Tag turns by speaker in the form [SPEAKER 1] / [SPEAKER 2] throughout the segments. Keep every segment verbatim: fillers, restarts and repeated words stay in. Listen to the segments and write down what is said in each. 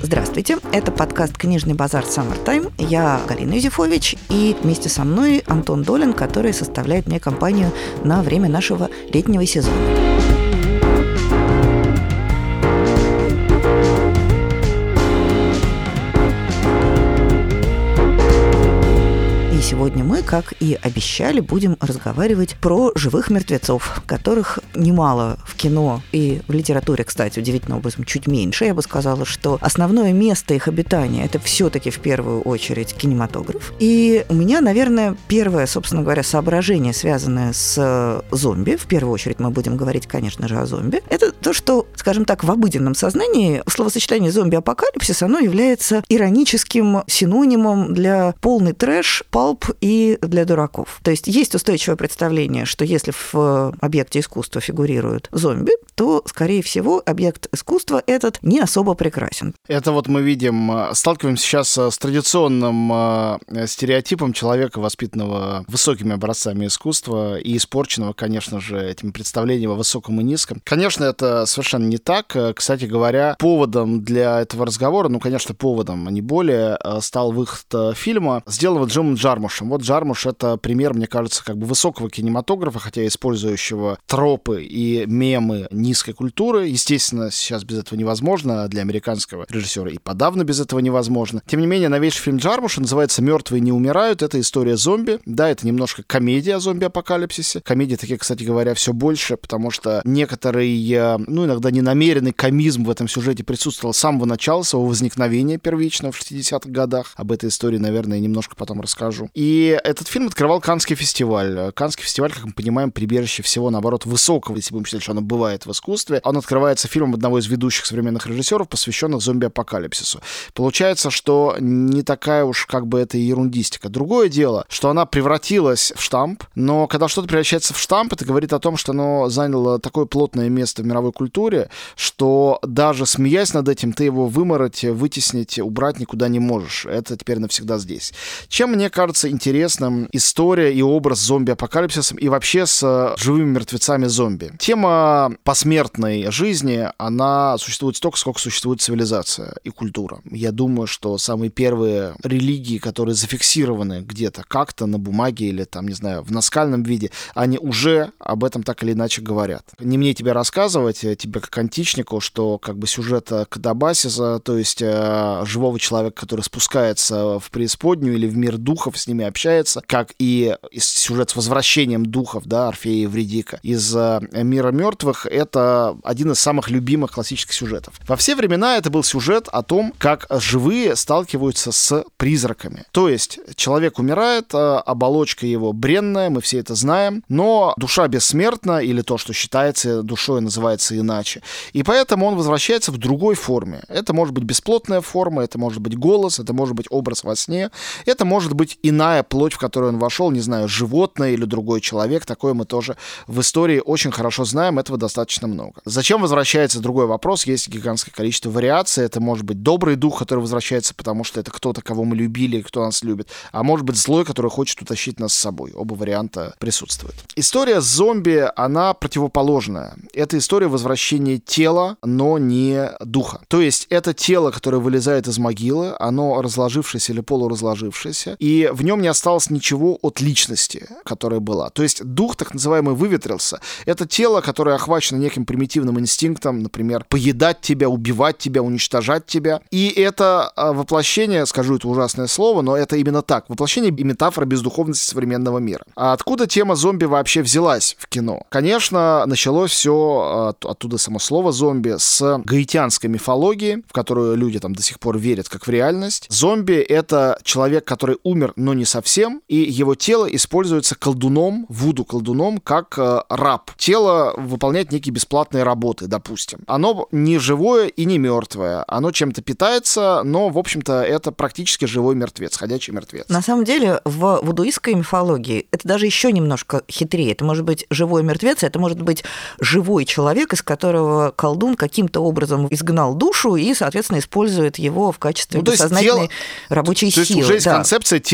[SPEAKER 1] Здравствуйте, это подкаст «Книжный базар Summertime». Я Галина Юзефович, и вместе со мной Антон Долин, который составляет мне компанию на время нашего летнего сезона. Сегодня мы, как и обещали, будем разговаривать про живых мертвецов, которых немало в кино и в литературе, кстати, удивительным образом чуть меньше. Я бы сказала, что основное место их обитания – это все-таки в первую очередь кинематограф. И у меня, наверное, первое, собственно говоря, соображение, связанное с зомби, в первую очередь мы будем говорить, конечно же, о зомби, это то, что, скажем так, в обыденном сознании словосочетание «зомби-апокалипсис», оно является ироническим синонимом для полный трэш, палп и для дураков. То есть есть устойчивое представление, что если в объекте искусства фигурируют зомби, то, скорее всего, объект искусства этот не особо прекрасен.
[SPEAKER 2] Это вот мы видим, сталкиваемся сейчас с традиционным стереотипом человека, воспитанного высокими образцами искусства и испорченного, конечно же, этим представлением о высоком и низком. Конечно, это совершенно не так. Кстати говоря, поводом для этого разговора, ну, конечно, поводом, а не более, стал выход фильма, сделанного Джимом Джармушем. Вот Джармуш — это пример, мне кажется, как бы высокого кинематографа, хотя использующего тропы и мемы низкой культуры. Естественно, сейчас без этого невозможно, для американского режиссера и подавно без этого невозможно. Тем не менее, новейший фильм Джармуша называется «Мертвые не умирают». Это история зомби. Да, это немножко комедия о зомби-апокалипсисе. Комедии такие, кстати говоря, все больше, потому что некоторый, ну, иногда ненамеренный комизм в этом сюжете присутствовал с самого начала, своего возникновения первичного в шестидесятых годах. Об этой истории, наверное, немножко потом расскажу. И этот фильм открывал Каннский фестиваль. Каннский фестиваль, как мы понимаем, прибежище всего, наоборот, высокого, если будем считать, что оно бывает в искусстве. Он открывается фильмом одного из ведущих современных режиссеров, посвященных зомби-апокалипсису. Получается, что не такая уж как бы это ерундистика. Другое дело, что она превратилась в штамп, но когда что-то превращается в штамп, это говорит о том, что оно заняло такое плотное место в мировой культуре, что даже смеясь над этим, ты его вымороть, вытеснить, убрать никуда не можешь. Это теперь навсегда здесь. Чем, мне кажется, интересным история и образ с зомби-апокалипсисом и вообще с живыми мертвецами зомби. Тема посмертной жизни, она существует столько, сколько существует цивилизация и культура. Я думаю, что самые первые религии, которые зафиксированы где-то как-то на бумаге или там, не знаю, в наскальном виде, они уже об этом так или иначе говорят. Не мне тебе рассказывать, тебе как античнику, что как бы сюжет Катабасиса, то есть э, живого человека, который спускается в преисподнюю или в мир духов, с ними общается, как и сюжет с возвращением духов, да, Орфея и Эвридика из э, мира мертвых, это один из самых любимых классических сюжетов. Во все времена это был сюжет о том, как живые сталкиваются с призраками. То есть человек умирает, оболочка его бренная, мы все это знаем, но душа бессмертна, или то, что считается душой, называется иначе. И поэтому он возвращается в другой форме. Это может быть бесплотная форма, это может быть голос, это может быть образ во сне, это может быть иная плоть, в которую он вошел, не знаю, животное или другой человек. Такое мы тоже в истории очень хорошо знаем, этого достаточно много. Зачем возвращается, другой вопрос, есть гигантское количество вариаций. Это может быть добрый дух, который возвращается, потому что это кто-то, кого мы любили, кто нас любит, а может быть злой, который хочет утащить нас с собой. Оба варианта присутствуют. История с зомби, она противоположная. Это история возвращения тела, но не духа. То есть это тело, которое вылезает из могилы, оно разложившееся или полуразложившееся, и в нем не осталось ничего от личности, которая была. То есть дух, так называемый, выветрился. Это тело, которое охвачено неким примитивным инстинктом, например, поедать тебя, убивать тебя, уничтожать тебя. И это воплощение, скажу это ужасное слово, но это именно так, воплощение и метафора бездуховности современного мира. А откуда тема зомби вообще взялась в кино? Конечно, началось все оттуда само слово зомби с гаитянской мифологии, в которую люди там до сих пор верят как в реальность. Зомби — это человек, который умер, но не совсем, и его тело используется колдуном, вуду-колдуном, как э, раб. Тело выполняет некие бесплатные работы, допустим. Оно не живое и не мертвое. Оно чем-то питается, но, в общем-то, это практически живой мертвец, ходячий мертвец.
[SPEAKER 1] На самом деле, в вудуистской мифологии это даже еще немножко хитрее. Это может быть живой мертвец, это может быть живой человек, из которого колдун каким-то образом изгнал душу и, соответственно, использует его в качестве ну, бессознательной тело... рабочей
[SPEAKER 2] то
[SPEAKER 1] силы.
[SPEAKER 2] То есть уже есть
[SPEAKER 1] да.
[SPEAKER 2] концепция тела без души.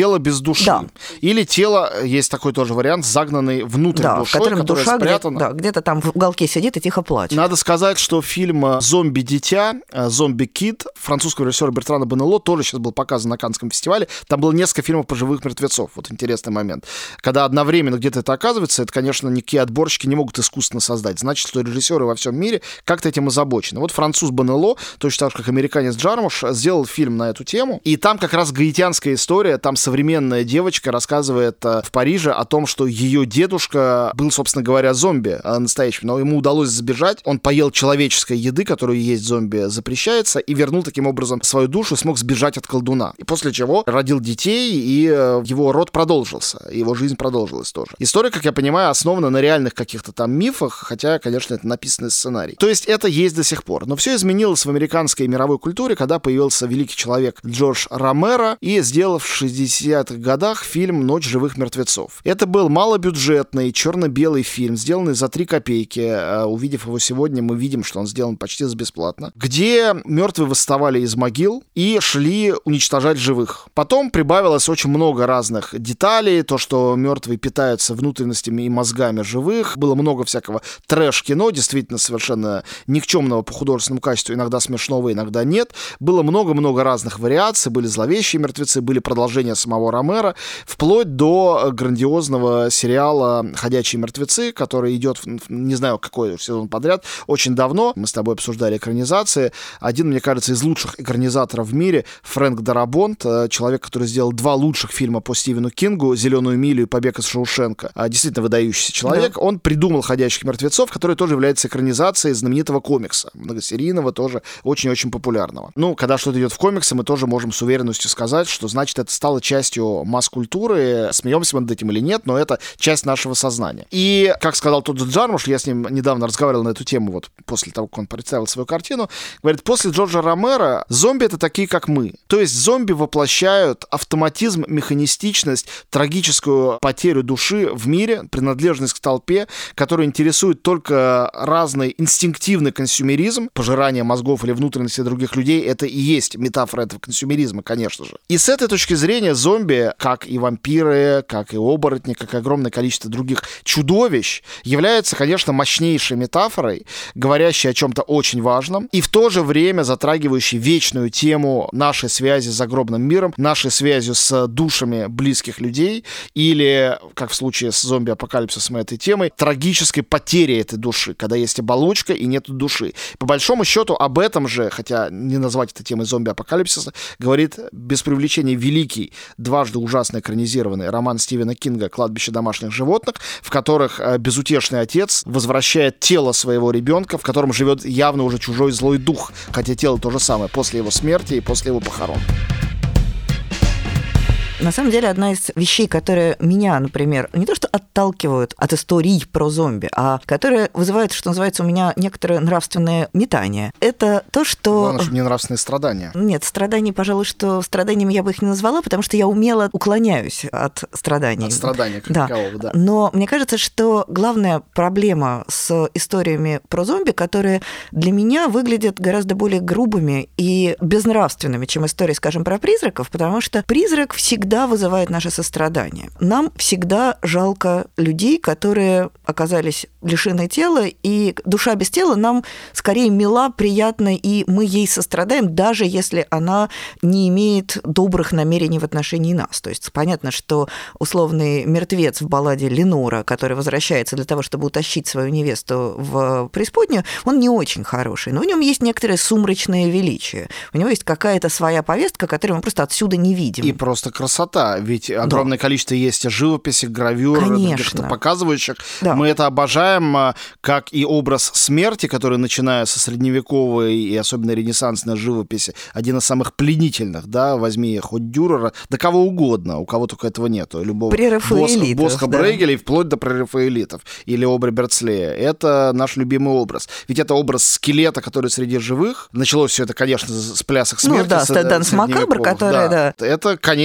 [SPEAKER 2] души.
[SPEAKER 1] Да.
[SPEAKER 2] Или тело, есть такой тоже вариант, загнанный внутрь
[SPEAKER 1] да,
[SPEAKER 2] душой,
[SPEAKER 1] в котором
[SPEAKER 2] которая
[SPEAKER 1] душа
[SPEAKER 2] спрятана.
[SPEAKER 1] Где, да, где-то там в уголке сидит и тихо плачет.
[SPEAKER 2] Надо сказать, что фильм «Зомби-дитя», «Зомби-кид» французского режиссера Бертрана Боннелло тоже сейчас был показан на Каннском фестивале. Там было несколько фильмов про живых мертвецов. Вот интересный момент. Когда одновременно где-то это оказывается, это, конечно, никакие отборщики не могут искусственно создать. Значит, что режиссеры во всем мире как-то этим озабочены. Вот француз Боннелло, точно так же, как американец Джармуш, сделал фильм на эту тему. И там как раз гаитянская история. Там современная девочка рассказывает в Париже о том, что ее дедушка был, собственно говоря, зомби настоящим, но ему удалось сбежать. Он поел человеческой еды, которую есть зомби запрещается, и вернул таким образом свою душу, смог сбежать от колдуна. И после чего родил детей, и его род продолжился, его жизнь продолжилась тоже. История, как я понимаю, основана на реальных каких-то там мифах, хотя, конечно, это написанный сценарий. То есть это есть до сих пор. Но все изменилось в американской и мировой культуре, когда появился великий человек Джордж Ромеро и сделал в шестидесятых годах фильм «Ночь живых мертвецов». Это был малобюджетный черно-белый фильм, сделанный за три копейки. Увидев его сегодня, мы видим, что он сделан почти бесплатно, где мертвые восставали из могил и шли уничтожать живых. Потом прибавилось очень много разных деталей, то, что мертвые питаются внутренностями и мозгами живых. Было много всякого трэш-кино, действительно совершенно никчемного по художественному качеству, иногда смешного, иногда нет. Было много-много разных вариаций, были зловещие мертвецы, были продолжения самого Ромеро, вплоть до грандиозного сериала «Ходячие мертвецы», который идет, не знаю, какой сезон подряд, очень давно. Мы с тобой обсуждали экранизации. Один, мне кажется, из лучших экранизаторов в мире, Фрэнк Дарабонт, человек, который сделал два лучших фильма по Стивену Кингу, «Зеленую милю» и «Побег из Шоушенка». Действительно выдающийся человек. Да. Он придумал «Ходячих мертвецов», который тоже является экранизацией знаменитого комикса, многосерийного, тоже очень-очень популярного. Ну, когда что-то идет в комиксы, мы тоже можем с уверенностью сказать, что, значит, это стало частью масс-культуры. Смеемся мы над этим или нет, но это часть нашего сознания. И, как сказал тот же Джармуш, я с ним недавно разговаривал на эту тему, вот после того, как он представил свою картину, говорит, после Джорджа Ромеро зомби — это такие, как мы. То есть зомби воплощают автоматизм, механистичность, трагическую потерю души в мире, принадлежность к толпе, которую интересует только разный инстинктивный консюмеризм, пожирание мозгов или внутренности других людей. Это и есть метафора этого консюмеризма, конечно же. И с этой точки зрения зомби, как и вампиры, как и оборотни, как и огромное количество других чудовищ, являются, конечно, мощнейшей метафорой, говорящей о чем-то очень важном, и в то же время затрагивающей вечную тему нашей связи с загробным миром, нашей связью с душами близких людей, или, как в случае с зомби-апокалипсисом и этой темой, трагической потери этой души, когда есть оболочка и нет души. По большому счету об этом же, хотя не назвать это темой зомби-апокалипсиса, говорит без привлечения великий, дважды ужасно экранизированный роман Стивена Кинга «Кладбище домашних животных», в которых безутешный отец возвращает тело своего ребенка, в котором живет явно уже чужой злой дух, хотя тело то же самое после его смерти и после его похорон.
[SPEAKER 1] На самом деле, одна из вещей, которые меня, например, не то что отталкивают от историй про зомби, а которые вызывают, что называется, у меня некоторое нравственное метание, это то, что...
[SPEAKER 2] Главное, чтобы не нравственные страдания.
[SPEAKER 1] Нет, страдания, пожалуй, что страданиями я бы их не назвала, потому что я умело уклоняюсь от страданий.
[SPEAKER 2] От страданий, как
[SPEAKER 1] да.
[SPEAKER 2] такового, да.
[SPEAKER 1] Но мне кажется, что главная проблема с историями про зомби, которые для меня выглядят гораздо более грубыми и безнравственными, чем истории, скажем, про призраков, потому что призрак всегда всегда вызывает наше сострадание. Нам всегда жалко людей, которые оказались лишены тела, и душа без тела нам скорее мила, приятна, и мы ей сострадаем, даже если она не имеет добрых намерений в отношении нас. То есть понятно, что условный мертвец в балладе Ленора, который возвращается для того, чтобы утащить свою невесту в преисподнюю, он не очень хороший, но в нем есть некоторое сумрачное величие. У него есть какая-то своя повестка, которую мы просто отсюда не видим.
[SPEAKER 2] И просто красота. Ведь огромное да. количество есть живописи, гравюр, каких-то показывающих. Да. Мы это обожаем, как и образ смерти, который, начиная со средневековой и особенно ренессансной живописи, один из самых пленительных, да, возьми хоть Дюрера, да кого угодно, у кого только этого нету, любого Босха, Босха да. Брейгеля, вплоть до прерафаэлитов, или Обри Берцлея. Это наш любимый образ. Ведь это образ скелета, который среди живых. Началось все это, конечно, с плясок смерти.
[SPEAKER 1] Ну да, с Данс Макабр, который, да.
[SPEAKER 2] да. Это, конечно же,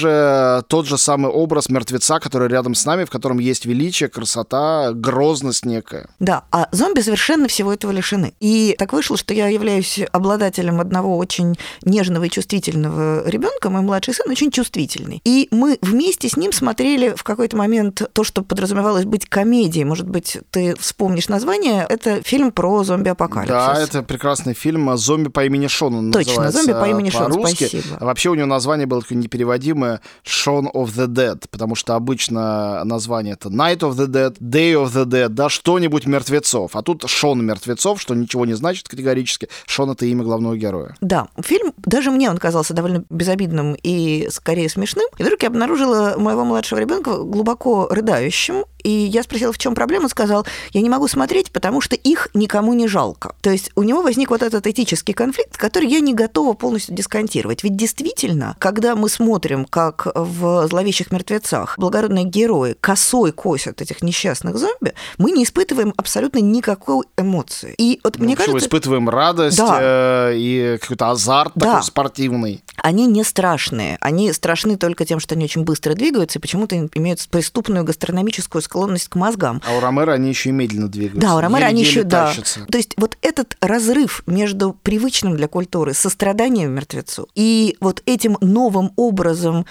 [SPEAKER 2] же тот же самый образ мертвеца, который рядом с нами, в котором есть величие, красота, грозность некая.
[SPEAKER 1] Да, а зомби совершенно всего этого лишены. И так вышло, что я являюсь обладателем одного очень нежного и чувствительного ребенка. Мой младший сын очень чувствительный. И мы вместе с ним смотрели в какой-то момент то, что подразумевалось быть комедией. Может быть, ты вспомнишь название. Это фильм про зомби-апокалипсис.
[SPEAKER 2] Да, это прекрасный фильм «Зомби по имени Шон». Он
[SPEAKER 1] Точно,
[SPEAKER 2] называется
[SPEAKER 1] «Зомби по имени Шон»,
[SPEAKER 2] по-русски.
[SPEAKER 1] спасибо.
[SPEAKER 2] А вообще у него название было такое непереводимое «Shaun of the Dead», потому что обычно название это «Night of the Dead», «Day of the Dead», да, что-нибудь мертвецов. А тут «Шон мертвецов», что ничего не значит категорически. Шон — это имя главного героя.
[SPEAKER 1] Да, фильм, даже мне он казался довольно безобидным и скорее смешным. И вдруг я обнаружила моего младшего ребенка глубоко рыдающим. И я спросила, в чем проблема, он сказал, я не могу смотреть, потому что их никому не жалко. То есть у него возник вот этот этический конфликт, который я не готова полностью дисконтировать. Ведь действительно, когда мы смотрим, как в «Зловещих мертвецах» благородные герои косой косят этих несчастных зомби, мы не испытываем абсолютно никакой эмоции. И вот
[SPEAKER 2] ну,
[SPEAKER 1] мне кажется...
[SPEAKER 2] испытываем радость, да. и какой-то азарт да. такой спортивный.
[SPEAKER 1] Они не страшные. Они страшны только тем, что они очень быстро двигаются и почему-то имеют преступную гастрономическую склонность к мозгам.
[SPEAKER 2] А у Ромеро они еще и медленно двигаются.
[SPEAKER 1] Да, у Ромеро они еще, да.
[SPEAKER 2] Тащатся.
[SPEAKER 1] То есть вот этот разрыв между привычным для культуры состраданием мертвецу и вот этим новым образом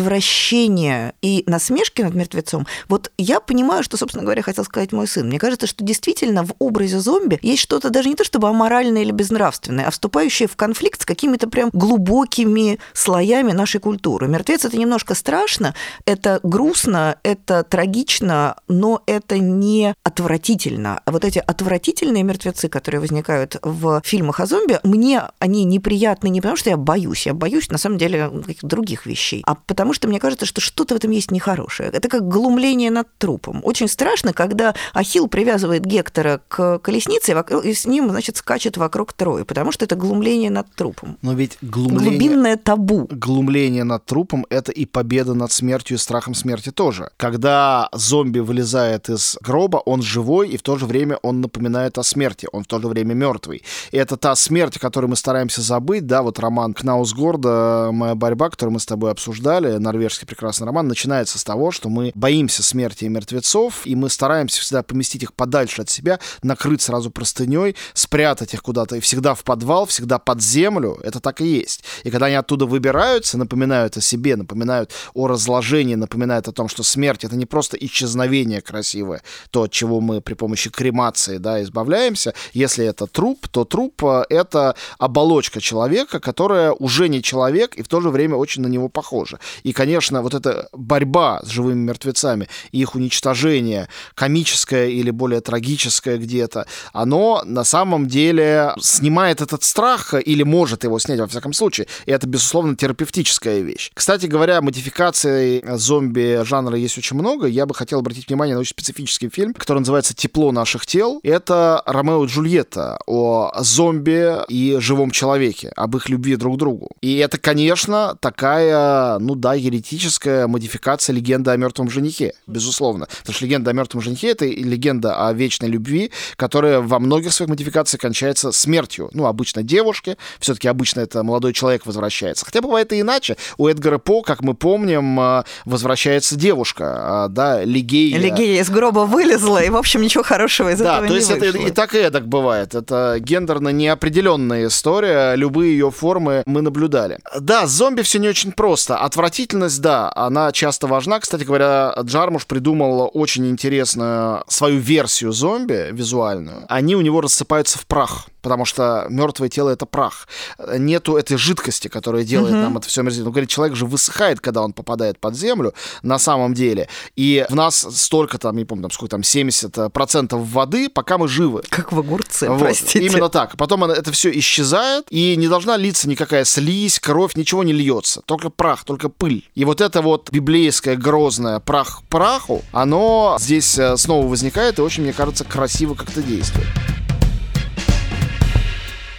[SPEAKER 1] отвращения и насмешки над мертвецом, вот я понимаю, что, собственно говоря, хотел сказать мой сын. Мне кажется, что действительно в образе зомби есть что-то даже не то чтобы аморальное или безнравственное, а вступающее в конфликт с какими-то прям глубокими слоями нашей культуры. Мертвец — это немножко страшно, это грустно, это трагично, но это не отвратительно. А вот эти отвратительные мертвецы, которые возникают в фильмах о зомби, мне они неприятны не потому, что я боюсь, я боюсь, на самом деле, каких-то других вещей, а потому что мне кажется, что что-то в этом есть нехорошее. Это как глумление над трупом. Очень страшно, когда Ахилл привязывает Гектора к колеснице и с ним, значит, скачет вокруг Трои, потому что это глумление над трупом.
[SPEAKER 2] Но ведь глумление...
[SPEAKER 1] Глубинное табу.
[SPEAKER 2] Глумление над трупом — это и победа над смертью и страхом смерти тоже. Когда зомби вылезает из гроба, он живой, и в то же время он напоминает о смерти, он в то же время мертвый. И это та смерть, о которой мы стараемся забыть, да, вот роман Кнаусгорда «Моя борьба», который мы с тобой обсуждали, норвежский прекрасный роман, начинается с того, что мы боимся смерти и мертвецов, и мы стараемся всегда поместить их подальше от себя, накрыть сразу простыней, спрятать их куда-то, и всегда в подвал, всегда под землю, это так и есть. И когда они оттуда выбираются, напоминают о себе, напоминают о разложении, напоминают о том, что смерть — это не просто исчезновение красивое, то, от чего мы при помощи кремации, да, избавляемся. Если это труп, то труп — это оболочка человека, которая уже не человек и в то же время очень на него похожа. И, конечно, вот эта борьба с живыми мертвецами и их уничтожение, комическое или более трагическое где-то, оно на самом деле снимает этот страх или может его снять, во всяком случае. И это, безусловно, терапевтическая вещь. Кстати говоря, модификаций зомби-жанра есть очень много. Я бы хотел обратить внимание на очень специфический фильм, который называется «Тепло наших тел». Это Ромео и Джульетта о зомби и живом человеке, об их любви друг к другу. И это, конечно, такая, ну да, еретическая модификация легенды о мертвом женихе, безусловно. Потому что легенда о мертвом женихе — это легенда о вечной любви, которая во многих своих модификациях кончается смертью. Ну, обычно девушки, все-таки обычно это молодой человек возвращается. Хотя бывает и иначе. У Эдгара По, как мы помним, возвращается девушка, да, Лигея.
[SPEAKER 1] Лигея из гроба вылезла, и, в общем, ничего хорошего из
[SPEAKER 2] да,
[SPEAKER 1] этого не вышло.
[SPEAKER 2] Да, то есть это и так, и эдак бывает. Это гендерно неопределенная история. Любые ее формы мы наблюдали. Да, с зомби все не очень просто. Отвратительность, да, она часто важна. Кстати говоря, Джармуш придумал очень интересную свою версию зомби визуальную. Они у него рассыпаются в прах, потому что мертвое тело — это прах. Нету этой жидкости, которая делает uh-huh. нам это все мерзительно. Он говорит, человек же высыхает, когда он попадает под землю, на самом деле. И в нас столько там, не помню, там сколько там, семьдесят процентов воды, пока мы живы.
[SPEAKER 1] Как в огурце,
[SPEAKER 2] вот,
[SPEAKER 1] простите.
[SPEAKER 2] Именно так. Потом это все исчезает, и не должна литься никакая слизь, кровь, ничего не льется. Только прах, только пыль. И вот это вот библейское грозное прах к праху, оно здесь снова возникает и очень, мне кажется, красиво как-то действует.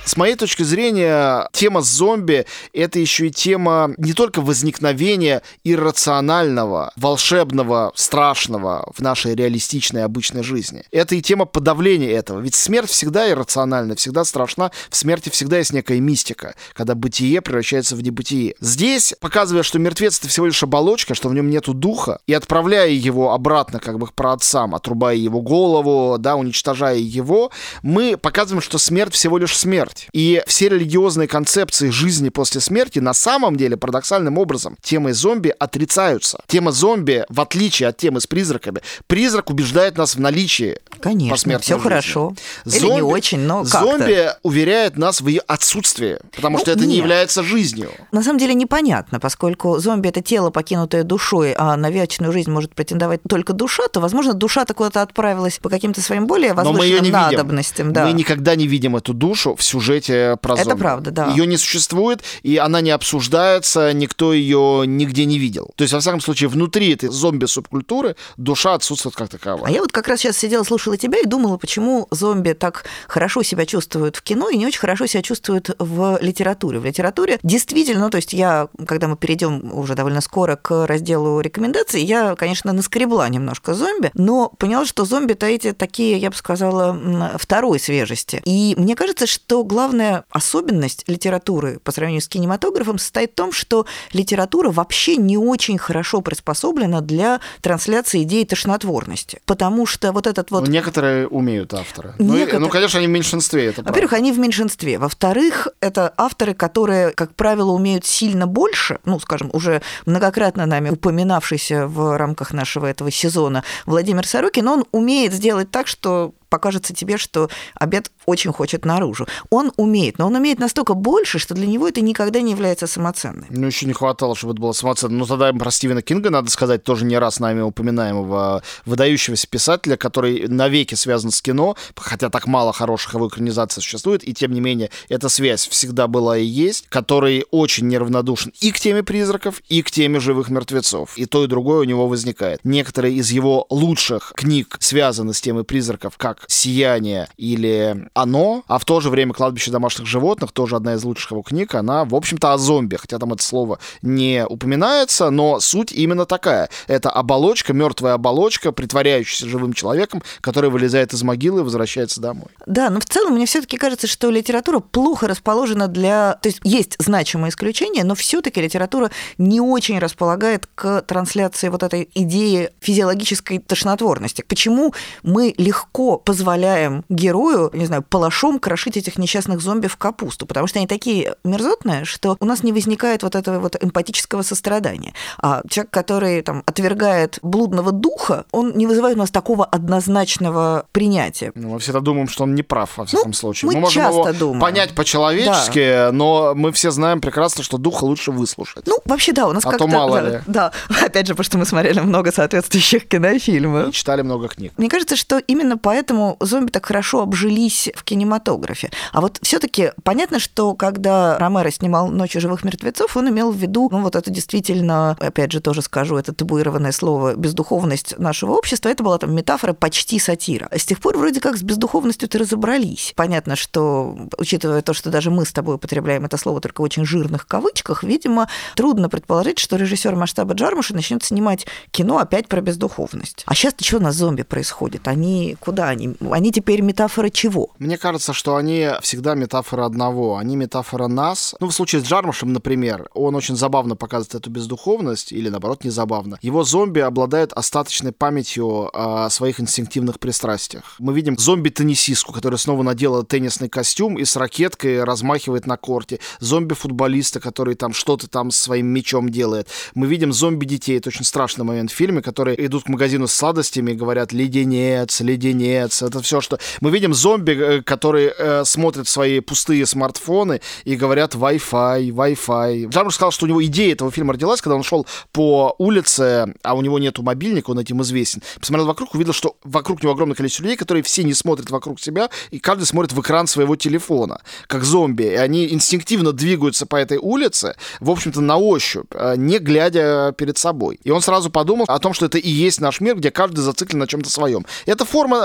[SPEAKER 2] С моей точки зрения, тема зомби — это еще и тема не только возникновения иррационального, волшебного, страшного в нашей реалистичной обычной жизни. Это и тема подавления этого. Ведь смерть всегда иррациональна, всегда страшна. В смерти всегда есть некая мистика, когда бытие превращается в небытие. Здесь, показывая, что мертвец — это всего лишь оболочка, что в нем нету духа, и отправляя его обратно как бы к праотцам, отрубая его голову, да, уничтожая его, мы показываем, что смерть всего лишь смерть. И все религиозные концепции жизни после смерти на самом деле парадоксальным образом темой зомби отрицаются. Тема зомби, в отличие от темы с призраками, призрак убеждает нас в наличии
[SPEAKER 1] Конечно,
[SPEAKER 2] посмертной
[SPEAKER 1] все
[SPEAKER 2] жизни.
[SPEAKER 1] Хорошо.
[SPEAKER 2] Зомби,
[SPEAKER 1] Или не очень, но как-то.
[SPEAKER 2] Зомби уверяет нас в ее отсутствии, потому
[SPEAKER 1] Ну,
[SPEAKER 2] что это
[SPEAKER 1] нет.
[SPEAKER 2] не является жизнью.
[SPEAKER 1] На самом деле непонятно, поскольку зомби – это тело, покинутое душой, а на вечную жизнь может претендовать только душа, то, возможно, душа-то куда-то отправилась по каким-то своим более
[SPEAKER 2] Но мы ее
[SPEAKER 1] возвышенным
[SPEAKER 2] не
[SPEAKER 1] надобностям.
[SPEAKER 2] видим.
[SPEAKER 1] Да.
[SPEAKER 2] Мы никогда не видим эту душу в сюжете про
[SPEAKER 1] Это
[SPEAKER 2] зомби.
[SPEAKER 1] правда, да.
[SPEAKER 2] Ее не существует, и она не обсуждается, никто ее нигде не видел. То есть, во всяком случае, внутри этой зомби-субкультуры душа отсутствует как таковая.
[SPEAKER 1] А я вот как раз сейчас сидела, слушала тебя и думала, почему зомби так хорошо себя чувствуют в кино и не очень хорошо себя чувствуют в литературе. В литературе действительно, ну, то есть я, когда мы перейдем уже довольно скоро к разделу рекомендаций, я, конечно, наскребла немножко зомби, но поняла, что зомби-то эти такие, я бы сказала, второй свежести. И мне кажется, что главная особенность литературы по сравнению с кинематографом состоит в том, что литература вообще не очень хорошо приспособлена для трансляции идеи тошнотворности. Потому что вот этот вот...
[SPEAKER 2] Ну, некоторые умеют авторы.
[SPEAKER 1] Некотор...
[SPEAKER 2] Ну, ну, конечно, они в меньшинстве, это правда.
[SPEAKER 1] Во-первых, они в меньшинстве. Во-вторых, это авторы, которые, как правило, умеют сильно больше, ну, скажем, уже многократно нами упоминавшийся в рамках нашего этого сезона Владимир Сорокин, он умеет сделать так, что покажется тебе, что обед очень хочет наружу. Он умеет, но он умеет настолько больше, что для него это никогда не является самоценным.
[SPEAKER 2] Ну, еще не хватало, чтобы это было самоценно. Ну, тогда про Стивена Кинга надо сказать, тоже не раз нами упоминаемого выдающегося писателя, который навеки связан с кино, хотя так мало хороших его экранизаций существует, и тем не менее эта связь всегда была и есть, который очень неравнодушен и к теме призраков, и к теме живых мертвецов. И то, и другое у него возникает. Некоторые из его лучших книг связаны с темой призраков, как «Сияние» или «Оно», а в то же время «Кладбище домашних животных», тоже одна из лучших его книг, она, в общем-то, о зомби, хотя там это слово не упоминается, но суть именно такая. Это оболочка, мертвая оболочка, притворяющаяся живым человеком, который вылезает из могилы и возвращается домой.
[SPEAKER 1] Да, но в целом мне все-таки кажется, что литература плохо расположена для... То есть есть значимые исключения, но все-таки литература не очень располагает к трансляции вот этой идеи физиологической тошнотворности. Почему мы легко позволяем герою, не знаю, палашом крошить этих несчастных зомби в капусту, потому что они такие мерзотные, что у нас не возникает вот этого вот эмпатического сострадания. А человек, который там отвергает блудного духа, он не вызывает у нас такого однозначного принятия.
[SPEAKER 2] Ну, мы всегда думаем, что он не прав, во всяком
[SPEAKER 1] ну,
[SPEAKER 2] случае.
[SPEAKER 1] Мы,
[SPEAKER 2] мы можем
[SPEAKER 1] часто
[SPEAKER 2] его
[SPEAKER 1] думаем.
[SPEAKER 2] понять по-человечески, да. Но мы все знаем прекрасно, что духа лучше выслушать.
[SPEAKER 1] Ну, вообще, да, у нас
[SPEAKER 2] а
[SPEAKER 1] как-то...
[SPEAKER 2] то мало
[SPEAKER 1] да,
[SPEAKER 2] ли.
[SPEAKER 1] Да, опять же, потому что мы смотрели много соответствующих кинофильмов.
[SPEAKER 2] И читали много книг.
[SPEAKER 1] Мне кажется, что именно поэтому зомби так хорошо обжились в кинематографе. А вот все-таки понятно, что когда Ромеро снимал «Ночь живых мертвецов», он имел в виду, ну вот это действительно, опять же, тоже скажу, это табуированное слово, бездуховность нашего общества, это была там метафора почти сатира. С тех пор вроде как с бездуховностью-то разобрались. Понятно, что, учитывая то, что даже мы с тобой употребляем это слово только в очень жирных кавычках, видимо, трудно предположить, что режиссер масштаба Джармуша начнет снимать кино опять про бездуховность. А сейчас-то что на зомби происходит? Они куда они? Они теперь метафора чего?
[SPEAKER 2] Мне кажется, что они всегда метафора одного. Они метафора нас. Ну, в случае с Джармушем, например, он очень забавно показывает эту бездуховность, или, наоборот, не забавно. Его зомби обладают остаточной памятью о своих инстинктивных пристрастиях. Мы видим зомби-теннисистку, которая снова надела теннисный костюм и с ракеткой размахивает на корте. Зомби-футболиста, который там что-то там со своим мячом делает. Мы видим зомби-детей. Это очень страшный момент в фильме, которые идут к магазину с сладостями и говорят «леденец, леденец». Это все, что... Мы видим зомби, которые э, смотрят в свои пустые смартфоны и говорят Wi-Fi, Wi-Fi. Джармуш сказал, что у него идея этого фильма родилась, когда он шел по улице, а у него нету мобильника, он этим известен. Посмотрел вокруг, увидел, что вокруг него огромное количество людей, которые все не смотрят вокруг себя, и каждый смотрит в экран своего телефона, как зомби. И они инстинктивно двигаются по этой улице, в общем-то, на ощупь, не глядя перед собой. И он сразу подумал о том, что это и есть наш мир, где каждый зациклен на чем-то своем. Это форма разговора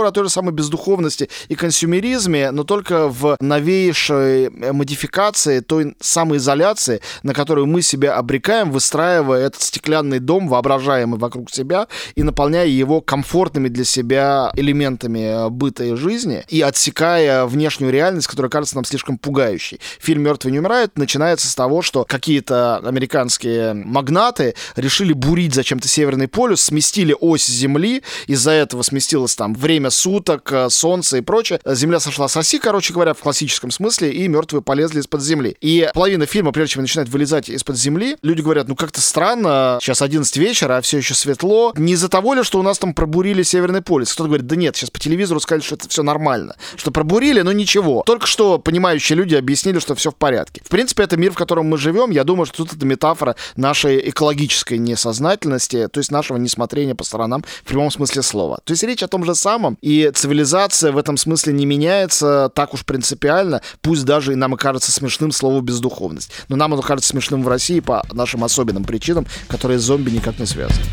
[SPEAKER 2] разговор о той же самой бездуховности и консюмеризме, но только в новейшей модификации той самоизоляции, на которую мы себя обрекаем, выстраивая этот стеклянный дом, воображаемый вокруг себя, и наполняя его комфортными для себя элементами быта и жизни, и отсекая внешнюю реальность, которая кажется нам слишком пугающей. Фильм «Мертвые не умирают» начинается с того, что какие-то американские магнаты решили бурить зачем-то Северный полюс, сместили ось Земли, из-за этого сместилось там время суток, солнце и прочее. Земля сошла с оси, короче говоря, в классическом смысле, и мертвые полезли из-под земли. И половина фильма, прежде чем начинает вылезать из-под земли, люди говорят, ну как-то странно, сейчас одиннадцать вечера, а все еще светло. Не из-за того ли, что у нас там пробурили Северный полюс? Кто-то говорит, да нет, сейчас по телевизору сказали, что это все нормально, что пробурили, но ничего. Только что понимающие люди объяснили, что все в порядке. В принципе, это мир, в котором мы живем. Я думаю, что тут это метафора нашей экологической несознательности, то есть нашего несмотрения по сторонам в прямом смысле слова. То есть речь о том же самом, и цивилизация в этом смысле не меняется так уж принципиально, пусть даже и нам и кажется смешным слово «бездуховность». Но нам оно кажется смешным в России по нашим особенным причинам, которые с зомби никак не связаны.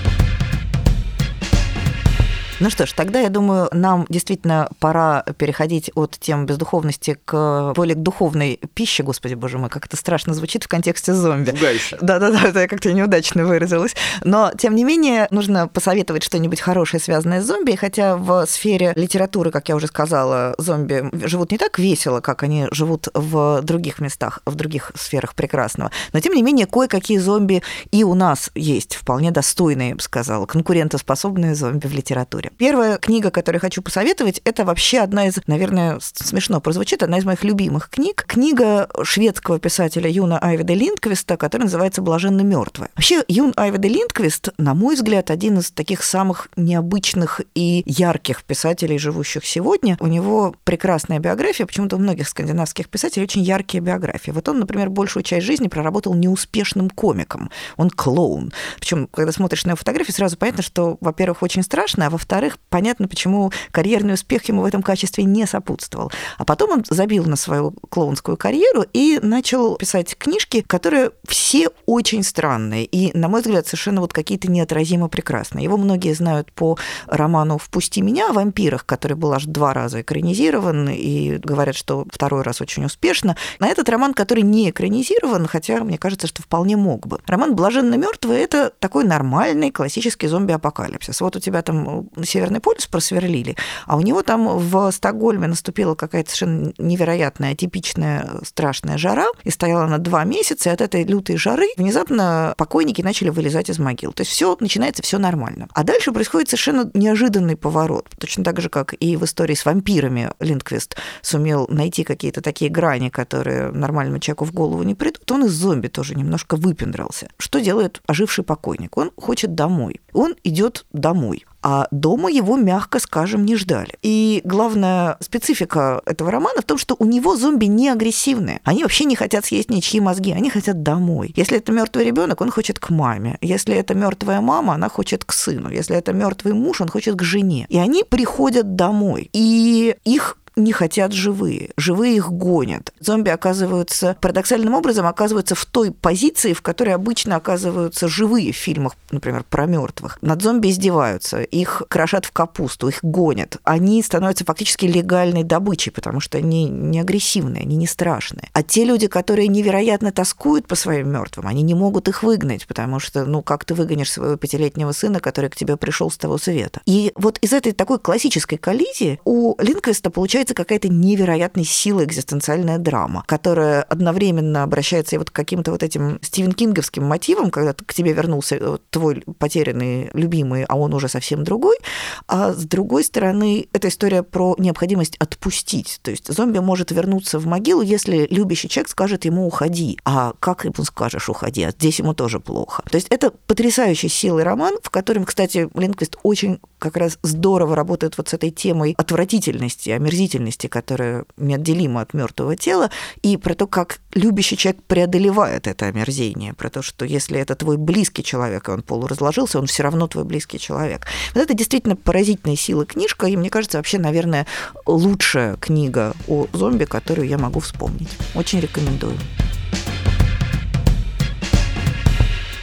[SPEAKER 1] Ну что ж, тогда, я думаю, нам действительно пора переходить от тем бездуховности к более к духовной пище, господи, боже мой, как это страшно звучит в контексте зомби.
[SPEAKER 2] Пугающе.
[SPEAKER 1] Да-да-да, это я как-то неудачно выразилась. Но, тем не менее, нужно посоветовать что-нибудь хорошее, связанное с зомби, хотя в сфере литературы, как я уже сказала, зомби живут не так весело, как они живут в других местах, в других сферах прекрасного. Но, тем не менее, кое-какие зомби и у нас есть, вполне достойные, я бы сказала, конкурентоспособные зомби в литературе. Первая книга, которую я хочу посоветовать, это вообще одна из, наверное, смешно прозвучит, одна из моих любимых книг. Книга шведского писателя Юна Айведа Линдквиста, которая называется «Блаженно мёртвые». Вообще, Юн Айведа Линдквист, на мой взгляд, один из таких самых необычных и ярких писателей, живущих сегодня. У него прекрасная биография, почему-то у многих скандинавских писателей очень яркие биографии. Вот он, например, большую часть жизни проработал неуспешным комиком. Он клоун. Причем, когда смотришь на его фотографии, сразу понятно, что, во-первых, очень страшно, а во-вторых, Во-вторых, понятно, почему карьерный успех ему в этом качестве не сопутствовал. А потом он забил на свою клоунскую карьеру и начал писать книжки, которые все очень странные и, на мой взгляд, совершенно вот какие-то неотразимо прекрасные. Его многие знают по роману «Впусти меня» о вампирах, который был аж два раза экранизирован, и говорят, что второй раз очень успешно. На этот роман, который не экранизирован, хотя мне кажется, что вполне мог бы. Роман «Блаженно мёртвые» — это такой нормальный классический зомби-апокалипсис. Вот у тебя там Северный полюс просверлили, а у него там в Стокгольме наступила какая-то совершенно невероятная, типичная, страшная жара, и стояла она два месяца, и от этой лютой жары внезапно покойники начали вылезать из могил. То есть все начинается, все нормально. А дальше происходит совершенно неожиданный поворот. Точно так же, как и в истории с вампирами Линдквист сумел найти какие-то такие грани, которые нормальному человеку в голову не придут, он из зомби тоже немножко выпендрился. Что делает оживший покойник? Он хочет домой. Он идет домой. А дома его, мягко скажем, не ждали. И главная специфика этого романа в том, что у него зомби не агрессивные. Они вообще не хотят съесть ничьи мозги, они хотят домой. Если это мертвый ребенок, он хочет к маме. Если это мертвая мама, она хочет к сыну. Если это мертвый муж, он хочет к жене. И они приходят домой. И их не хотят живые. Живые их гонят. Зомби оказываются, парадоксальным образом, оказываются в той позиции, в которой обычно оказываются живые в фильмах, например, про мертвых. Над зомби издеваются, их крошат в капусту, их гонят. Они становятся фактически легальной добычей, потому что они не агрессивные, они не страшные. А те люди, которые невероятно тоскуют по своим мертвым, они не могут их выгнать, потому что, ну, как ты выгонишь своего пятилетнего сына, который к тебе пришел с того света? И вот из этой такой классической коллизии у Линдквиста получается какая-то невероятной силы экзистенциальная драма, которая одновременно обращается и вот к каким-то вот этим Стивен Кинговским мотивам, когда к тебе вернулся твой потерянный любимый, а он уже совсем другой, а с другой стороны, это история про необходимость отпустить. То есть зомби может вернуться в могилу, если любящий человек скажет ему «уходи». А как ему скажешь «уходи»? А здесь ему тоже плохо. То есть это потрясающий силой роман, в котором, кстати, Линдквист очень как раз здорово работает вот с этой темой отвратительности, омерзительности, которая неотделима от мертвого тела, и про то, как любящий человек преодолевает это омерзение, про то, что если это твой близкий человек, и он полуразложился, он все равно твой близкий человек. Вот это действительно поразительная сила книжка, и мне кажется, вообще, наверное, лучшая книга о зомби, которую я могу вспомнить. Очень рекомендую.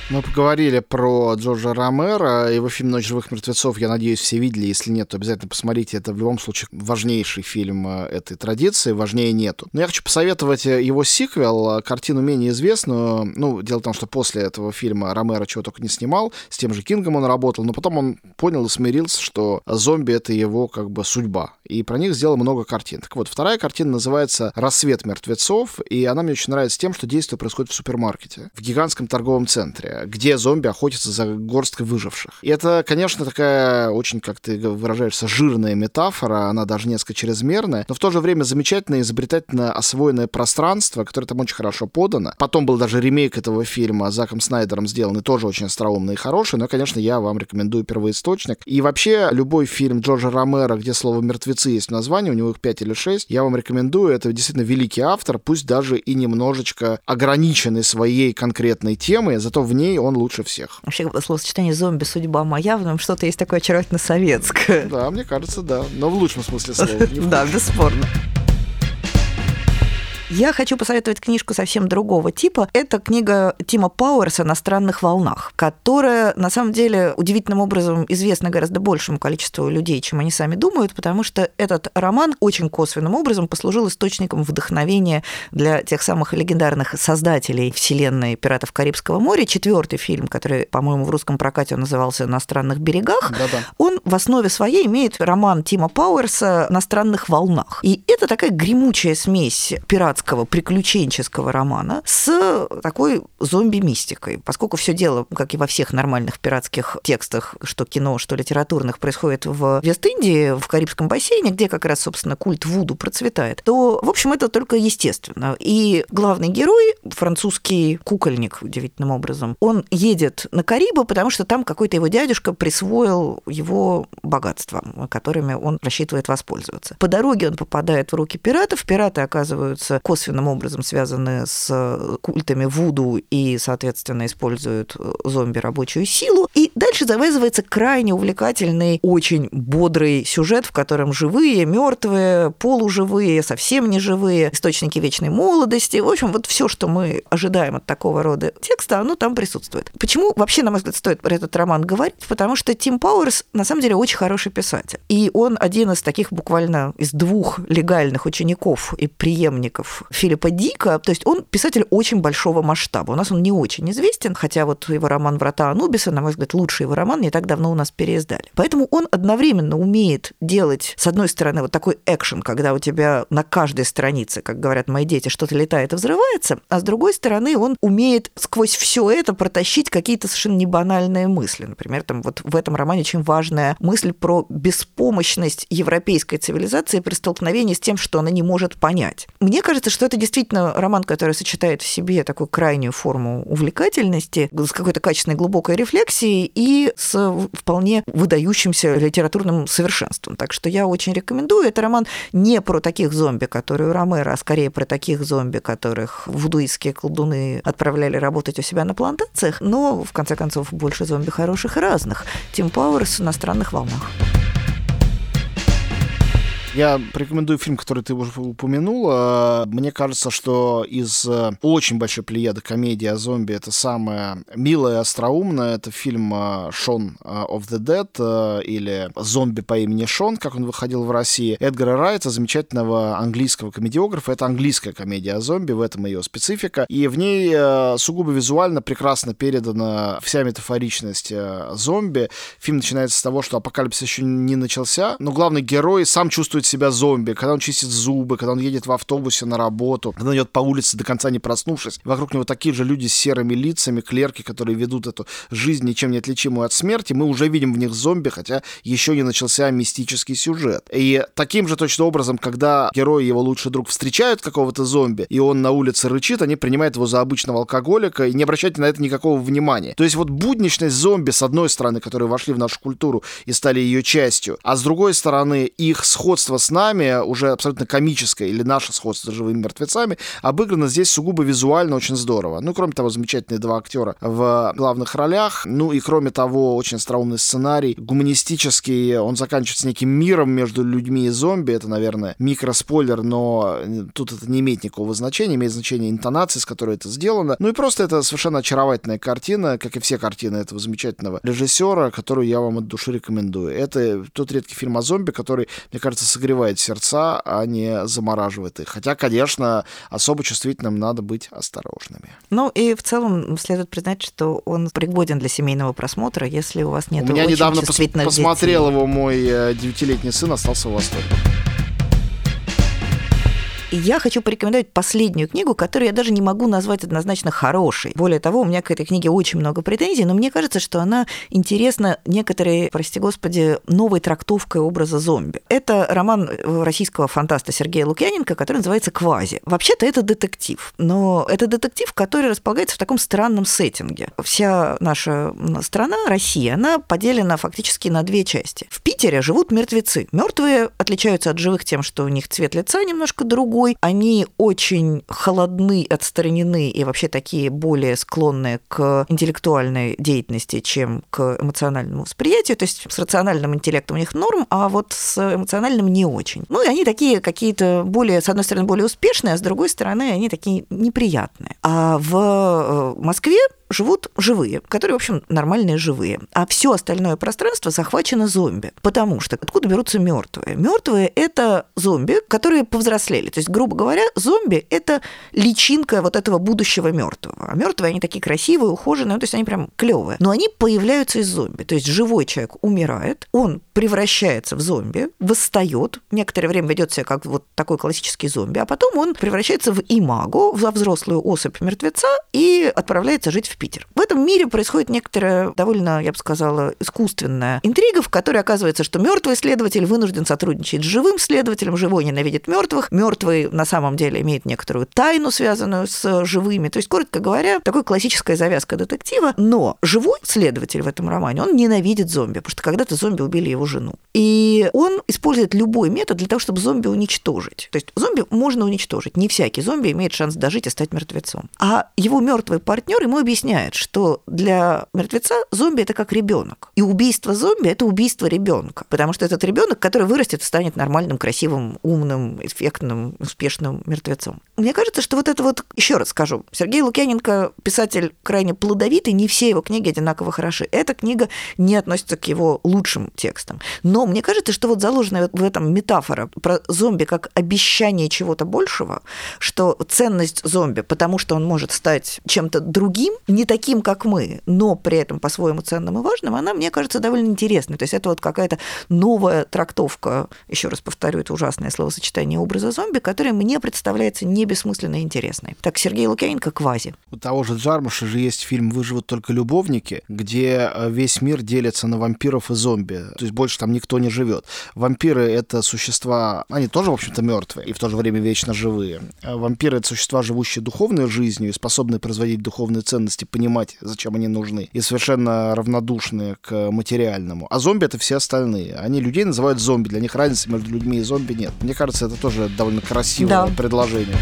[SPEAKER 2] Мы поговорили про Джорджа Ромеро, его фильм «Ночь живых мертвецов», я надеюсь, все видели, если нет, то обязательно посмотрите, это в любом случае важнейший фильм этой традиции, важнее нету. Но я хочу посоветовать его сиквел, картину менее известную, ну, дело в том, что после этого фильма Ромеро чего только не снимал, с тем же Кингом он работал, но потом он понял и смирился, что зомби — это его как бы судьба, и про них сделал много картин. Так вот, вторая картина называется «Рассвет мертвецов», и она мне очень нравится тем, что действие происходит в супермаркете, в гигантском торговом центре, где зомби охотятся за горсткой выживших. И это, конечно, такая очень, как ты выражаешься, жирная метафора, она даже несколько чрезмерная, но в то же время замечательное, изобретательно освоенное пространство, которое там очень хорошо подано. Потом был даже ремейк этого фильма Заком Снайдером сделанный, тоже очень остроумный и хороший, но, конечно, я вам рекомендую первоисточник. И вообще, любой фильм Джорджа Ромеро, где слово «мертвецы» есть в названии, у него их пять или шесть, я вам рекомендую, это действительно великий автор, пусть даже и немножечко ограниченный своей конкретной темой, зато в ней он лучше всех.
[SPEAKER 1] Вообще, словосочетание «зомби. Судьба моя», в нем что-то есть такое очаровательно советское.
[SPEAKER 2] Да, мне кажется, да. Но в лучшем смысле слова.
[SPEAKER 1] Да, бесспорно. Я хочу посоветовать книжку совсем другого типа. Это книга Тима Пауэрса «На странных волнах», которая, на самом деле, удивительным образом известна гораздо большему количеству людей, чем они сами думают, потому что этот роман очень косвенным образом послужил источником вдохновения для тех самых легендарных создателей вселенной «Пиратов Карибского моря». Четвертый фильм, который, по-моему, в русском прокате он назывался «На странных берегах»,
[SPEAKER 2] да-да,
[SPEAKER 1] он в основе своей имеет роман Тима Пауэрса «На странных волнах». И это такая гремучая смесь пиратского приключенческого романа с такой зомби-мистикой. Поскольку все дело, как и во всех нормальных пиратских текстах, что кино, что литературных, происходит в Вест-Индии, в Карибском бассейне, где как раз, собственно, культ вуду процветает, то, в общем, это только естественно. И главный герой, французский кукольник, удивительным образом, он едет на Карибы, потому что там какой-то его дядюшка присвоил его богатства, которыми он рассчитывает воспользоваться. По дороге он попадает в руки пиратов, пираты оказываются косвенным образом связаны с культами вуду и, соответственно, используют зомби-рабочую силу. И дальше завязывается крайне увлекательный, очень бодрый сюжет, в котором живые, мертвые, полуживые, совсем не живые, источники вечной молодости. В общем, вот все, что мы ожидаем от такого рода текста, оно там присутствует. Почему вообще, на мой взгляд, стоит про этот роман говорить? Потому что Тим Пауэрс, на самом деле, очень хороший писатель. И он один из таких буквально из двух легальных учеников и преемников Филиппа Дика, то есть он писатель очень большого масштаба. У нас он не очень известен, хотя вот его роман «Врата Анубиса», на мой взгляд, лучший его роман, не так давно у нас переиздали. Поэтому он одновременно умеет делать, с одной стороны, вот такой экшен, когда у тебя на каждой странице, как говорят мои дети, что-то летает и взрывается, а с другой стороны, он умеет сквозь все это протащить какие-то совершенно небанальные мысли. Например, там вот в этом романе очень важная мысль про беспомощность европейской цивилизации при столкновении с тем, что она не может понять. Мне кажется, что это действительно роман, который сочетает в себе такую крайнюю форму увлекательности с какой-то качественной глубокой рефлексией и с вполне выдающимся литературным совершенством. Так что я очень рекомендую. Это роман не про таких зомби, которые у Ромеро, а скорее про таких зомби, которых вудуистские колдуны отправляли работать у себя на плантациях, но, в конце концов, больше зомби хороших и разных. Тим Пауэрс «На странных волнах».
[SPEAKER 2] Я порекомендую фильм, который ты уже упомянула. Мне кажется, что из очень большой плеяды комедии о зомби это самое милое и остроумное. Это фильм «Шон of the Dead» или «Зомби по имени Шон», как он выходил в России. Эдгара Райта, замечательного английского комедиографа. Это английская комедия о зомби, в этом ее специфика. И в ней сугубо визуально прекрасно передана вся метафоричность зомби. Фильм начинается с того, что апокалипсис еще не начался, но главный герой сам чувствует себя зомби, когда он чистит зубы, когда он едет в автобусе на работу, когда он идет по улице, до конца не проснувшись. Вокруг него такие же люди с серыми лицами, клерки, которые ведут эту жизнь ничем не отличимую от смерти. Мы уже видим в них зомби, хотя еще не начался мистический сюжет. И таким же точно образом, когда герой и его лучший друг встречают какого-то зомби, и он на улице рычит, они принимают его за обычного алкоголика и не обращают на это никакого внимания. То есть вот будничность зомби, с одной стороны, которые вошли в нашу культуру и стали ее частью, а с другой стороны, их сходство сходство с нами, уже абсолютно комическое, или наше сходство с живыми мертвецами, обыграно здесь сугубо визуально очень здорово. Ну, кроме того, замечательные два актера в главных ролях. Ну, и кроме того, очень остроумный сценарий, гуманистический, он заканчивается неким миром между людьми и зомби. Это, наверное, микроспойлер, но тут это не имеет никакого значения, имеет значение интонации, с которой это сделано. Ну и просто это совершенно очаровательная картина, как и все картины этого замечательного режиссера, которую я вам от души рекомендую. Это тот редкий фильм о зомби, который, мне кажется, согревает сердца, а не замораживает их. Хотя, конечно, особо чувствительным надо быть осторожными.
[SPEAKER 1] Ну и в целом следует признать, что он пригоден для семейного просмотра, если у вас нет
[SPEAKER 2] У меня
[SPEAKER 1] очень
[SPEAKER 2] недавно
[SPEAKER 1] чувствительных
[SPEAKER 2] пос- посмотрел
[SPEAKER 1] детей.
[SPEAKER 2] его мой девятилетний сын, остался в восторге.
[SPEAKER 1] И я хочу порекомендовать последнюю книгу, которую я даже не могу назвать однозначно хорошей. Более того, у меня к этой книге очень много претензий, но мне кажется, что она интересна некоторой, прости господи, новой трактовкой образа зомби. Это роман российского фантаста Сергея Лукьяненко, который называется «Квази». Вообще-то это детектив, но это детектив, который располагается в таком странном сеттинге. Вся наша страна, Россия, она поделена фактически на две части. В Питере живут мертвецы. Мертвые отличаются от живых тем, что у них цвет лица немножко другой, они очень холодны, отстранены и вообще такие более склонны к интеллектуальной деятельности, чем к эмоциональному восприятию. То есть с рациональным интеллектом у них норм, а вот с эмоциональным не очень. Ну и они такие какие-то более, с одной стороны, более успешные, а с другой стороны, они такие неприятные. А в Москве живут живые, которые, в общем, нормальные живые. А все остальное пространство захвачено зомби. Потому что откуда берутся мертвые? Мертвые – это зомби, которые повзрослели. То есть, грубо говоря, зомби – это личинка вот этого будущего мертвого. А мертвые они такие красивые, ухоженные, ну, то есть они прям клевые. Но они появляются из зомби. То есть живой человек умирает, он превращается в зомби, восстает, некоторое время ведет себя как вот такой классический зомби, а потом он превращается в имагу, в взрослую особь мертвеца и отправляется жить в Питер. В этом мире происходит некоторая довольно, я бы сказала, искусственная интрига, в которой оказывается, что мертвый следователь вынужден сотрудничать с живым следователем, живой ненавидит мертвых, мертвый на самом деле имеет некоторую тайну, связанную с живыми. То есть, коротко говоря, такая классическая завязка детектива, но живой следователь в этом романе, он ненавидит зомби, потому что когда-то зомби убили его жену. И он использует любой метод для того, чтобы зомби уничтожить. То есть зомби можно уничтожить. Не всякий зомби имеет шанс дожить и стать мертвецом. А его мертвый партнер ему объясняет, что для мертвеца зомби – это как ребенок. И убийство зомби – это убийство ребенка, потому что этот ребенок, который вырастет и станет нормальным, красивым, умным, эффектным, успешным мертвецом. Мне кажется, что вот это вот, еще раз скажу, Сергей Лукьяненко писатель крайне плодовитый, не все его книги одинаково хороши. Эта книга не относится к его лучшим текстам. Но мне кажется, что вот заложенная в этом метафора про зомби как обещание чего-то большего, что ценность зомби, потому что он может стать чем-то другим, не таким, как мы, но при этом по-своему ценным и важным, она, мне кажется, довольно интересной. То есть это вот какая-то новая трактовка, еще раз повторю, это ужасное словосочетание образа зомби, которое мне представляется не бессмысленно и интересной. Так, Сергей Лукьяненко «Квази».
[SPEAKER 2] У того же Джармуша же есть фильм «Выживут только любовники», где весь мир делится на вампиров и зомби. То есть больше там никто не живет. Вампиры — это существа, они тоже, в общем-то, мертвые и в то же время вечно живые. А вампиры — это существа, живущие духовной жизнью и способные производить духовные ценности, понимать, зачем они нужны, и совершенно равнодушные к материальному. А зомби — это все остальные. Они людей называют зомби. Для них разницы между людьми и зомби нет. Мне кажется, это тоже довольно красивое да. предложение.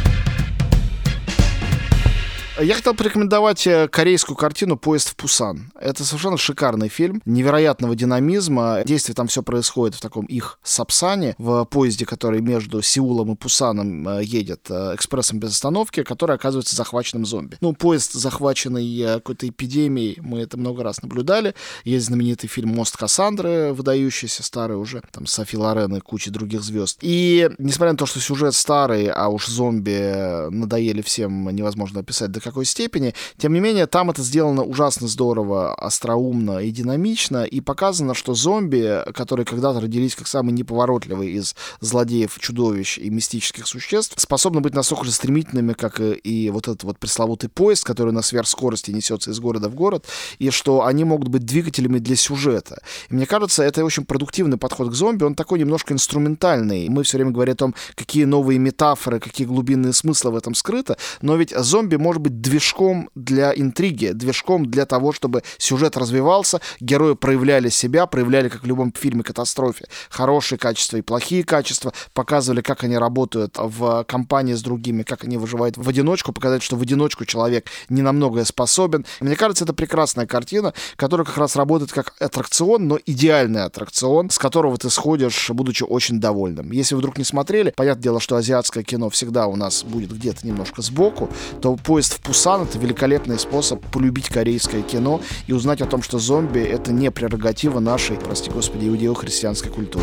[SPEAKER 2] Я хотел порекомендовать корейскую картину «Поезд в Пусан». Это совершенно шикарный фильм, невероятного динамизма. Действие там все происходит в таком их Сапсане, в поезде, который между Сеулом и Пусаном едет экспрессом без остановки, который оказывается захваченным зомби. Ну, поезд, захваченный какой-то эпидемией, мы это много раз наблюдали. Есть знаменитый фильм «Мост Кассандры», выдающийся, старый уже, там, Софи Лорен и куча других звезд. И, несмотря на то, что сюжет старый, а уж зомби надоели всем, невозможно описать до какой степени, тем не менее, там это сделано ужасно здорово, остроумно и динамично, и показано, что зомби, которые когда-то родились как самые неповоротливые из злодеев, чудовищ и мистических существ, способны быть настолько же стремительными, как и, и вот этот вот пресловутый поезд, который на сверхскорости несется из города в город, и что они могут быть двигателями для сюжета. И мне кажется, это очень продуктивный подход к зомби, он такой немножко инструментальный. Мы все время говорим о том, какие новые метафоры, какие глубинные смыслы в этом скрыто, но ведь зомби может быть движком для интриги, движком для того, чтобы сюжет развивался, герои проявляли себя, проявляли, как в любом фильме-катастрофе, хорошие качества и плохие качества, показывали, как они работают в компании с другими, как они выживают в одиночку, показать, что в одиночку человек не на многое способен. Мне кажется, это прекрасная картина, которая как раз работает как аттракцион, но идеальный аттракцион, с которого ты сходишь, будучи очень довольным. Если вы вдруг не смотрели, понятное дело, что азиатское кино всегда у нас будет где-то немножко сбоку, то «Поезд в Пусан» — это великолепный способ полюбить корейское кино и узнать о том, что зомби — это не прерогатива нашей, прости господи, иудео-христианской культуры.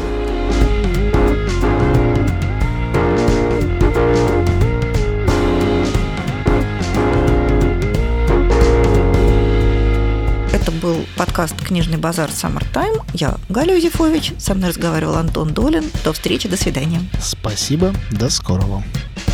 [SPEAKER 1] Это был подкаст «Книжный базар Summertime». Я Галя Юзефович, со мной разговаривал Антон Долин. До встречи, до свидания.
[SPEAKER 2] Спасибо, до скорого.